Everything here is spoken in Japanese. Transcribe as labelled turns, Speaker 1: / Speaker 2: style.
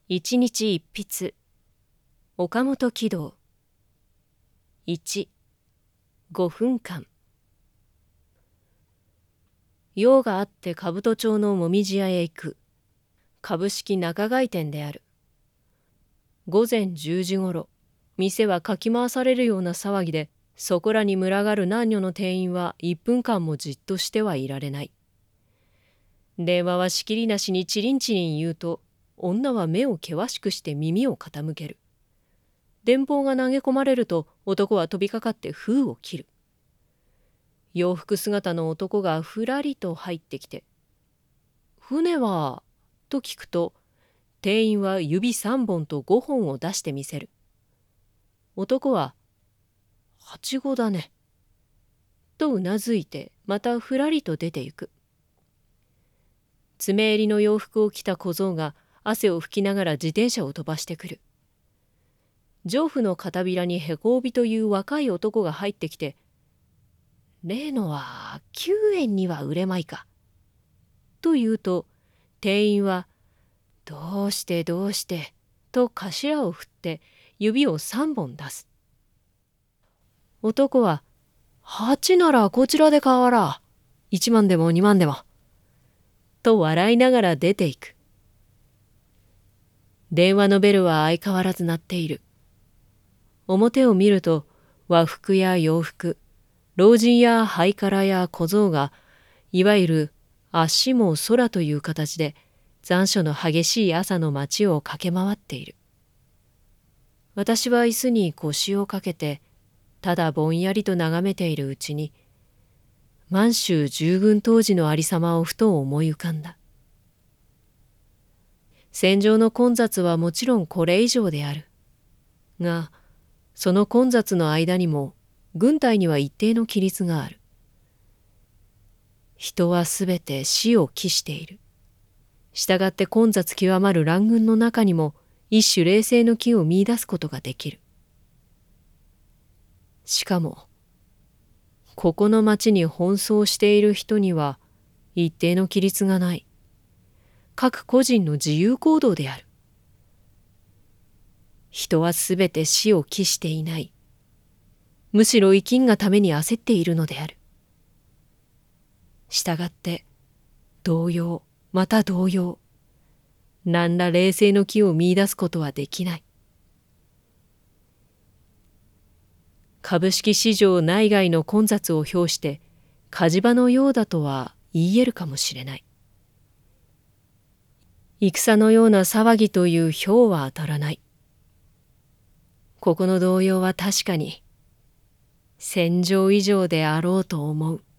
Speaker 1: 一日一筆岡本喜道。1、5分間。用があって兜町のもみじ屋へ行く。株式仲買店である。午前10時ごろ、店はかき回されるような騒ぎで、そこらに群がる男女の店員は1分間もじっとしてはいられない。電話はしきりなしにチリンチリン言うと、女は目を険しくして耳を傾ける。電報が投げ込まれると男は飛びかかって封を切る。洋服姿の男がふらりと入ってきて「船は?」と聞くと、店員は指3本と5本を出してみせる。男は「8号だね」とうなずいてまたふらりと出て行く。爪襟の洋服を着た小僧が汗を拭きながら自転車を飛ばしてくる。上夫の片びらにへこ帯という若い男が入ってきて「例のは9円には売れまいか」と言うと、店員は「どうしてどうして」と頭を振って指を3本出す。男は「8ならこちらで買わら。1万でも2万でも」と笑いながら出ていく。電話のベルは相変わらず鳴っている。表を見ると和服や洋服、老人やハイカラや小僧がいわゆる足も空という形で残暑の激しい朝の街を駆け回っている。私は椅子に腰をかけてただぼんやりと眺めているうちに満州従軍当時のありさまをふと思い浮かんだ。戦場の混雑はもちろんこれ以上であるが、その混雑の間にも軍隊には一定の規律がある。人はすべて死を期している。したがって混雑極まる乱軍の中にも一種冷静の気を見出すことができる。しかもここの町に奔走している人には一定の規律がない。各個人の自由行動である。人はすべて死を期していない。むしろ生きんがために焦っているのである。したがって同様また同様、何ら冷静の気を見出すことはできない。株式市場内外の混雑を表して火事場のようだとは言えるかもしれない。戦のような騒ぎという評は当たらない。ここの動揺は確かに戦場以上であろうと思う。